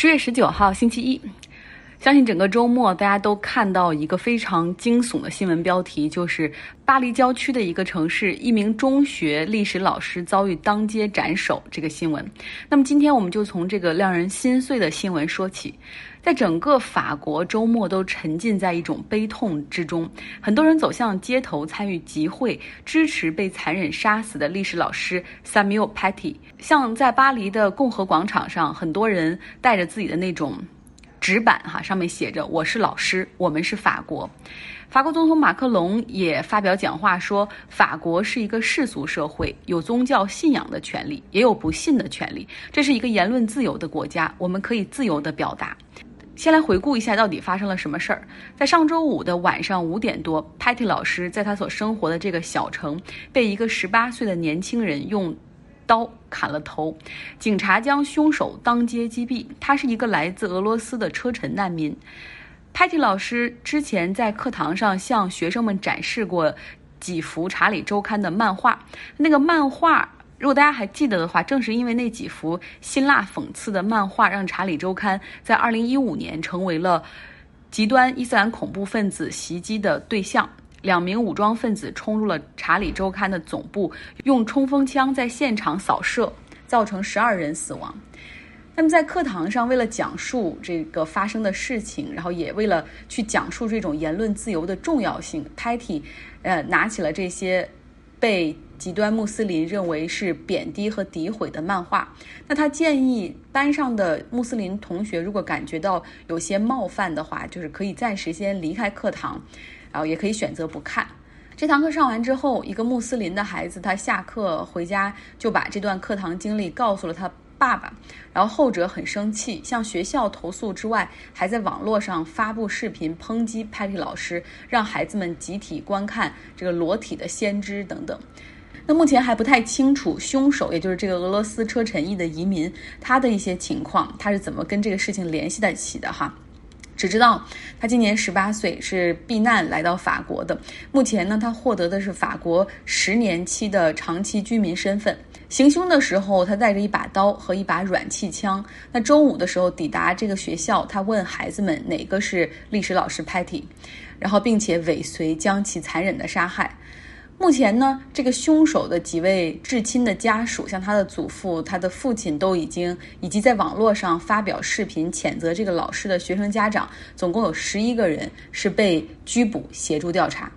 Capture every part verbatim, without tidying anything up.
十月十九号星期一，相信整个周末大家都看到一个非常惊悚的新闻标题，就是巴黎郊区的一个城市，一名中学历史老师遭遇当街斩首这个新闻。那么今天我们就从这个让人心碎的新闻说起。在整个法国周末都沉浸在一种悲痛之中，很多人走向街头参与集会，支持被残忍杀死的历史老师 Samuel Paty。 像在巴黎的共和广场上，很多人带着自己的那种纸板哈，上面写着我是老师，我们是法国。法国总统马克龙也发表讲话说，法国是一个世俗社会，有宗教信仰的权利，也有不信的权利，这是一个言论自由的国家，我们可以自由地表达。先来回顾一下到底发生了什么事儿。在上周五的晚上五点多，Paty老师在他所生活的这个小城被一个十八岁的年轻人用刀砍了头，警察将凶手当街击毙。他是一个来自俄罗斯的车臣难民。Paty老师之前在课堂上向学生们展示过几幅《查理周刊》的漫画，那个漫画如果大家还记得的话，正是因为那几幅辛辣讽刺的漫画，让《查理周刊》在二零一五年成为了极端伊斯兰恐怖分子袭击的对象。两名武装分子冲入了《查理周刊》的总部，用冲锋枪在现场扫射，造成十二人死亡。那么在课堂上，为了讲述这个发生的事情，然后也为了去讲述这种言论自由的重要性， Paty 呃拿起了这些被极端穆斯林认为是贬低和诋毁的漫画。那他建议班上的穆斯林同学，如果感觉到有些冒犯的话，就是可以暂时先离开课堂，然后也可以选择不看。这堂课上完之后，一个穆斯林的孩子，他下课回家就把这段课堂经历告诉了他爸爸，然后后者很生气，向学校投诉之外，还在网络上发布视频抨击 Paty 老师，让孩子们集体观看这个裸体的先知等等。那目前还不太清楚凶手，也就是这个俄罗斯车臣裔的移民，他的一些情况，他是怎么跟这个事情联系在一起的哈。只知道他今年十八岁，是避难来到法国的。目前呢，他获得的是法国十年期的长期居民身份。行凶的时候，他带着一把刀和一把软气枪。那周五的时候抵达这个学校，他问孩子们哪个是历史老师 Paty， 然后并且尾随将其残忍的杀害。目前呢，这个凶手的几位至亲的家属，像他的祖父、他的父亲都已经以及在网络上发表视频谴责这个老师的学生家长，总共有十一个人是被拘捕协助调查。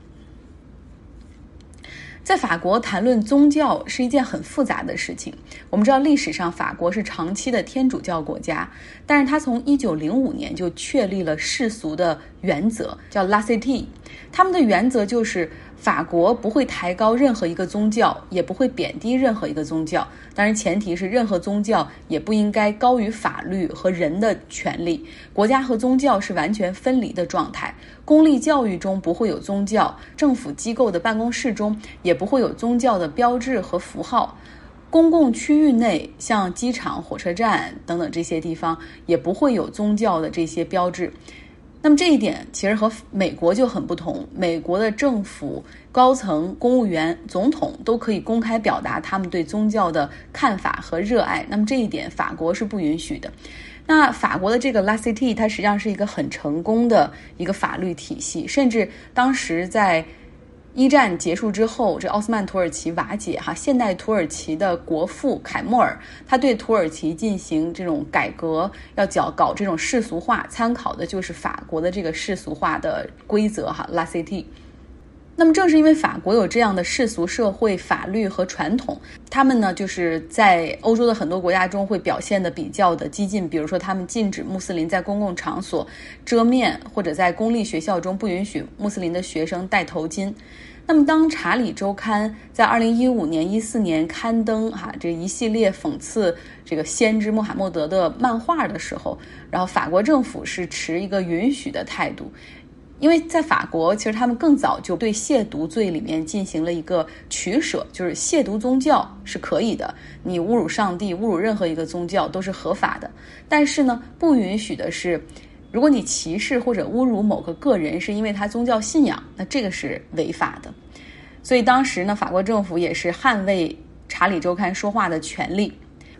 在法国谈论宗教是一件很复杂的事情。我们知道历史上法国是长期的天主教国家，但是他从一九零五年就确立了世俗的原则，叫 laïcité。 他们的原则就是法国不会抬高任何一个宗教，也不会贬低任何一个宗教，当然前提是任何宗教也不应该高于法律和人的权利。国家和宗教是完全分离的状态，公立教育中不会有宗教，政府机构的办公室中也不会有宗教的标志和符号，公共区域内像机场、火车站等等这些地方也不会有宗教的这些标志。那么这一点其实和美国就很不同，美国的政府高层、公务员、总统都可以公开表达他们对宗教的看法和热爱，那么这一点法国是不允许的。那法国的这个 laïcité 它实际上是一个很成功的一个法律体系，甚至当时在一战结束之后，这奥斯曼土耳其瓦解哈，现代土耳其的国父凯末尔，他对土耳其进行这种改革，要搞搞这种世俗化，参考的就是法国的这个世俗化的规则哈 laïcité。那么正是因为法国有这样的世俗社会法律和传统，他们呢就是在欧洲的很多国家中会表现得比较的激进，比如说他们禁止穆斯林在公共场所遮面，或者在公立学校中不允许穆斯林的学生戴头巾。那么当查理周刊在二零一五年、一四年刊登哈、啊、这一系列讽刺这个先知穆罕默德的漫画的时候，然后法国政府是持一个允许的态度。因为在法国其实他们更早就对亵渎罪里面进行了一个取舍，就是亵渎宗教是可以的，你侮辱上帝、侮辱任何一个宗教都是合法的，但是呢不允许的是，如果你歧视或者侮辱某个个人是因为他宗教信仰，那这个是违法的。所以当时呢法国政府也是捍卫查理周刊说话的权利。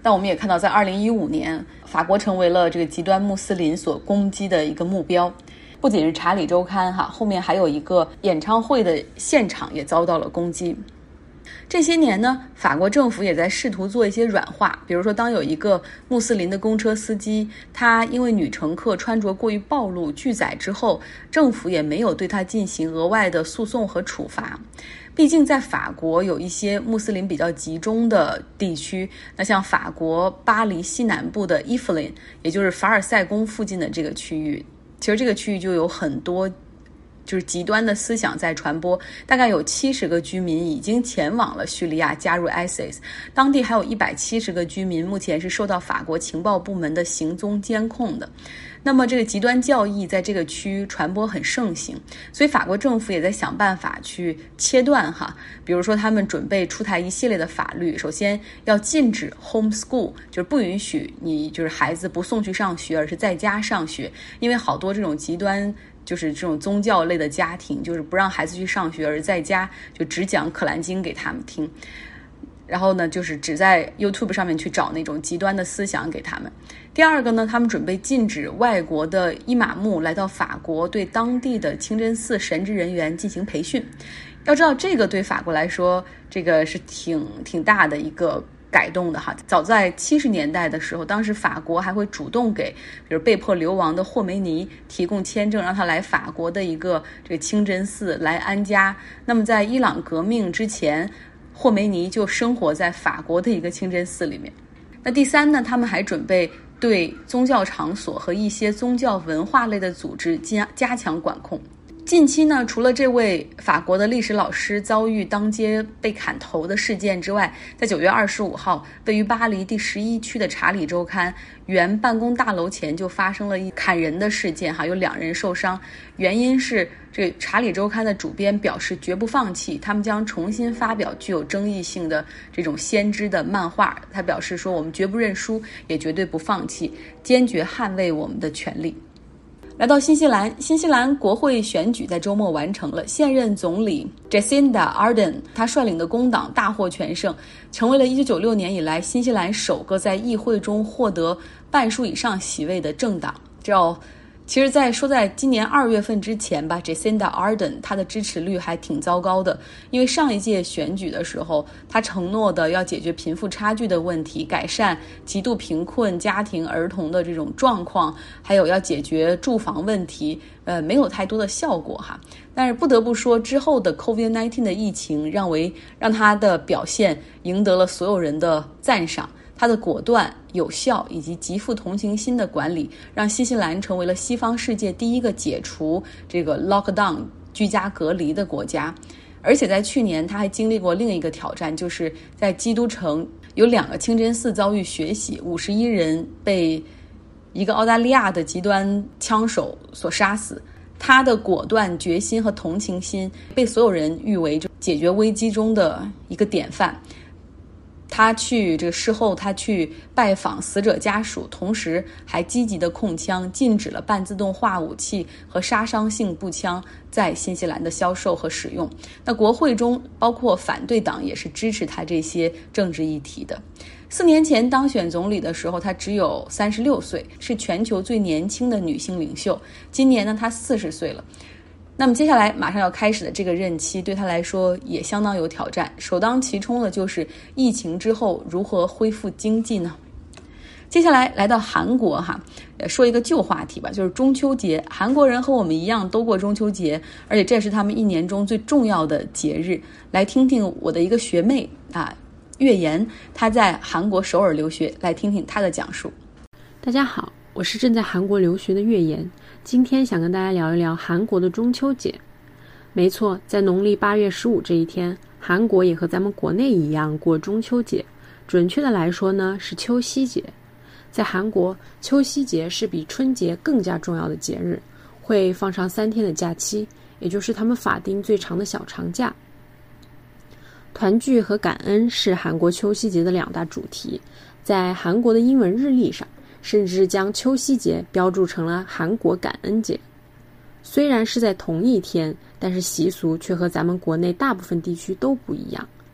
但我们也看到，在二零一五年，法国成为了这个极端穆斯林所攻击的一个目标。不仅是查理周刊哈，后面还有一个演唱会的现场也遭到了攻击。这些年呢，法国政府也在试图做一些软化，比如说当有一个穆斯林的公车司机，他因为女乘客穿着过于暴露拒载之后，政府也没有对他进行额外的诉讼和处罚。毕竟在法国有一些穆斯林比较集中的地区，那像法国巴黎西南部的伊弗林，也就是凡尔赛宫附近的这个区域，其实这个区域就有很多就是极端的思想在传播，大概有七十个居民已经前往了叙利亚加入 I S I S， 当地还有一百七十个居民目前是受到法国情报部门的行踪监控的。那么这个极端教义在这个区传播很盛行，所以法国政府也在想办法去切断哈，比如说他们准备出台一系列的法律，首先要禁止 homeschool， 就是不允许你就是孩子不送去上学，而是在家上学，因为好多这种极端就是这种宗教类的家庭，就是不让孩子去上学，而在家就只讲可兰经给他们听，然后呢就是只在 YouTube 上面去找那种极端的思想给他们。第二个呢，他们准备禁止外国的伊玛目来到法国对当地的清真寺神职人员进行培训。要知道这个对法国来说这个是挺挺大的一个改动的哈。早在七十年代的时候，当时法国还会主动给比如被迫流亡的霍梅尼提供签证，让他来法国的一个这个清真寺来安家。那么在伊朗革命之前，霍梅尼就生活在法国的一个清真寺里面。那第三呢，他们还准备对宗教场所和一些宗教文化类的组织加加强管控。近期呢，除了这位法国的历史老师遭遇当街被砍头的事件之外，在九月二十五号，位于巴黎第十一区的查理周刊原办公大楼前就发生了一砍人的事件哈，有两人受伤。原因是这个查理周刊的主编表示绝不放弃，他们将重新发表具有争议性的这种先知的漫画。他表示说，我们绝不认输，也绝对不放弃，坚决捍卫我们的权利。来到新西兰，新西兰国会选举在周末完成了，现任总理 Jacinda Ardern 他率领的工党大获全胜，成为了一九九六年以来新西兰首个在议会中获得半数以上席位的政党。这要其实在说在今年二月份之前吧， Jacinda Ardern 他的支持率还挺糟糕的，因为上一届选举的时候，他承诺的要解决贫富差距的问题，改善极度贫困家庭儿童的这种状况，还有要解决住房问题，呃，没有太多的效果哈。但是不得不说，之后的 COVID 十九 的疫情让为让他的表现赢得了所有人的赞赏。他的果断、有效以及极富同情心的管理，让新西兰成为了西方世界第一个解除这个 lockdown 居家隔离的国家。而且在去年，他还经历过另一个挑战，就是在基督城有两个清真寺遭遇血洗，五十一人被一个澳大利亚的极端枪手所杀死。他的果断、决心和同情心被所有人誉为就解决危机中的一个典范。他去这个事后，他去拜访死者家属，同时还积极的控枪，禁止了半自动化武器和杀伤性步枪在新西兰的销售和使用。那国会中包括反对党也是支持他这些政治议题的。四年前当选总理的时候，他只有三十六岁，是全球最年轻的女性领袖。今年呢，他四十岁了。那么接下来马上要开始的这个任期对他来说也相当有挑战，首当其冲的就是疫情之后如何恢复经济呢？接下来来到韩国哈，说一个旧话题吧，就是中秋节。韩国人和我们一样都过中秋节，而且这是他们一年中最重要的节日。来听听我的一个学妹啊，月妍，她在韩国首尔留学，来听听她的讲述。 大家好，我是正在韩国留学的月妍，今天想跟大家聊一聊韩国的中秋节。没错，在农历八月十五这一天，韩国也和咱们国内一样过中秋节，准确的来说呢是秋夕节。在韩国，秋夕节是比春节更加重要的节日，会放上三天的假期，也就是他们法定最长的小长假。团聚和感恩是韩国秋夕节的两大主题，在韩国的英文日历上甚至将秋夕节标注成了韩国感恩节。虽然是在同一天，但是习俗却和咱们国内大部分地区都不一样。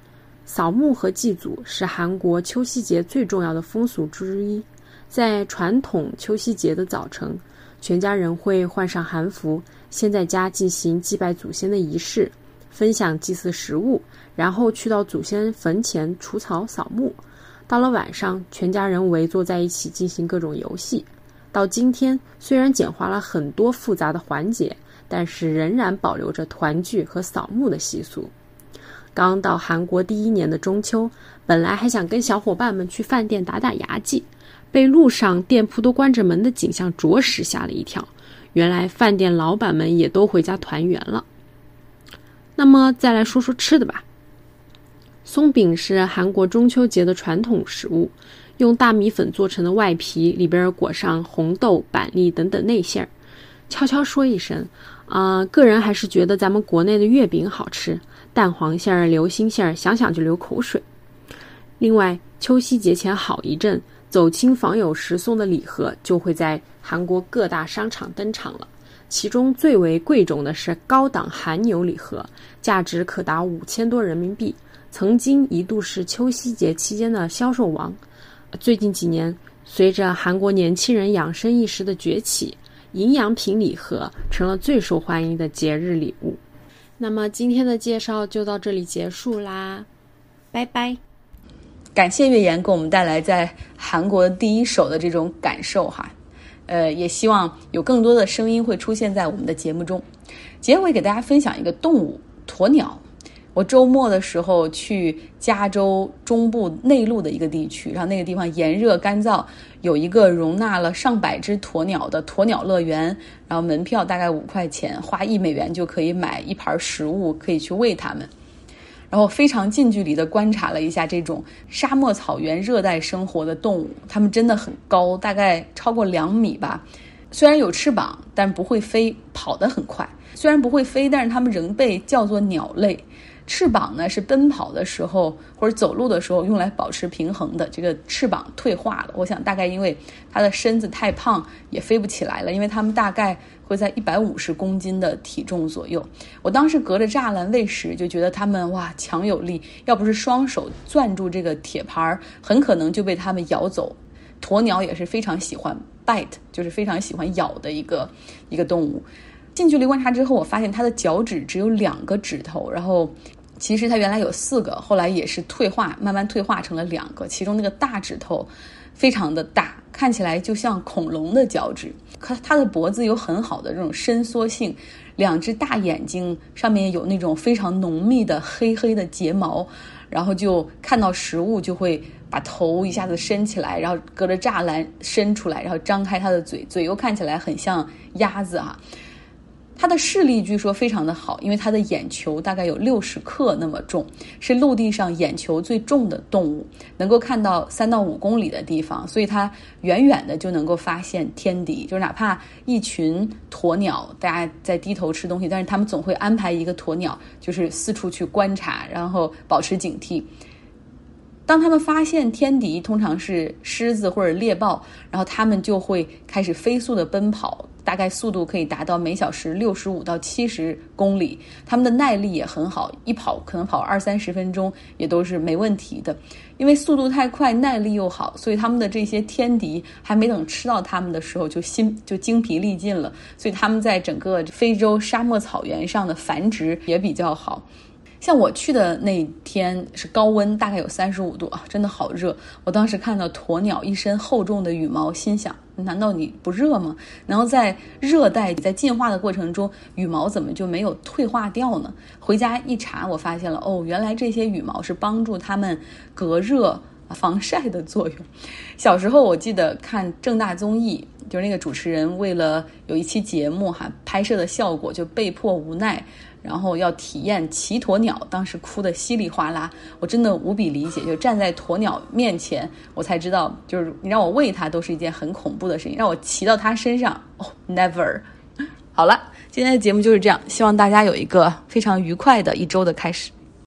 扫墓和祭祖是韩国秋夕节最重要的风俗之一。在传统秋夕节的早晨，全家人会换上韩服，先在家进行祭拜祖先的仪式，分享祭祀食物，然后去到祖先坟前除草扫墓。到了晚上，全家人围坐在一起进行各种游戏。到今天，虽然简化了很多复杂的环节，但是仍然保留着团聚和扫墓的习俗。刚到韩国第一年的中秋，本来还想跟小伙伴们去饭店打打牙祭，被路上店铺都关着门的景象着实吓了一跳。原来饭店老板们也都回家团圆了。那么再来说说吃的吧。松饼是韩国中秋节的传统食物，用大米粉做成的外皮，里边裹上红豆、板栗等等内馅儿。悄悄说一声，啊、呃，个人还是觉得咱们国内的月饼好吃，蛋黄馅儿、流心馅儿，想想就流口水。另外，秋夕节前好一阵，走亲访友时送的礼盒就会在韩国各大商场登场了。其中最为贵重的是高档韩牛礼盒，价值可达五千多人民币，曾经一度是秋夕节期间的销售王。最近几年，随着韩国年轻人养生意识的崛起，营养品礼盒成了最受欢迎的节日礼物。那么今天的介绍就到这里结束啦，拜拜。 感谢月妍给我们带来在韩国第一手的这种感受哈，呃，也希望有更多的声音会出现在我们的节目中。结尾给大家分享一个动物——鸵鸟。我周末的时候去加州中部内陆的一个地区，然后那个地方炎热干燥，有一个容纳了上百只鸵鸟的鸵鸟乐园，然后门票大概五块钱，花一美元就可以买一盘食物，可以去喂它们。然后非常近距离的观察了一下这种沙漠草原热带生活的动物，它们真的很高，大概超过两米吧。虽然有翅膀，但不会飞，跑得很快。虽然不会飞，但是它们仍被叫做鸟类。翅膀呢是奔跑的时候或者走路的时候用来保持平衡的，这个翅膀退化了，我想大概因为它的身子太胖也飞不起来了，因为它们大概会在一百五十公斤的体重左右。我当时隔着栅栏喂食，就觉得它们哇强有力，要不是双手攥住这个铁盘，很可能就被它们咬走。鸵鸟也是非常喜欢 bite， 就是非常喜欢咬的一个一个动物。近距离观察之后，我发现它的脚趾只有两个指头，然后其实它原来有四个，后来也是退化，慢慢退化成了两个，其中那个大指头非常的大，看起来就像恐龙的脚趾。它的脖子有很好的这种伸缩性，两只大眼睛上面有那种非常浓密的黑黑的睫毛，然后就看到食物就会把头一下子伸起来，然后隔着栅栏伸出来，然后张开它的嘴，嘴又看起来很像鸭子啊。它的视力据说非常的好，因为它的眼球大概有六十克那么重，是陆地上眼球最重的动物，能够看到三到五公里的地方，所以它远远的就能够发现天敌，就是哪怕一群鸵鸟大家在低头吃东西，但是他们总会安排一个鸵鸟就是四处去观察，然后保持警惕。当他们发现天敌，通常是狮子或者猎豹，然后他们就会开始飞速的奔跑，大概速度可以达到每小时六十五到七十公里。他们的耐力也很好，一跑可能跑二三十分钟也都是没问题的。因为速度太快，耐力又好，所以他们的这些天敌还没等吃到他们的时候就心就精疲力尽了，所以他们在整个非洲沙漠草原上的繁殖也比较好。像我去的那天是高温，大概有三十五度啊，真的好热。我当时看到鸵鸟一身厚重的羽毛，心想难道你不热吗？然后在热带在进化的过程中，羽毛怎么就没有退化掉呢？回家一查，我发现了哦，原来这些羽毛是帮助它们隔热防晒的作用。小时候我记得看正大综艺，就是那个主持人为了有一期节目哈拍摄的效果，就被迫无奈，然后要体验骑鸵鸟，当时哭得稀里哗啦，我真的无比理解。就站在鸵鸟面前，我才知道，就是你让我喂它都是一件很恐怖的事情，让我骑到它身上，哦 ，never。好了，今天的节目就是这样，希望大家有一个非常愉快的一周的开始。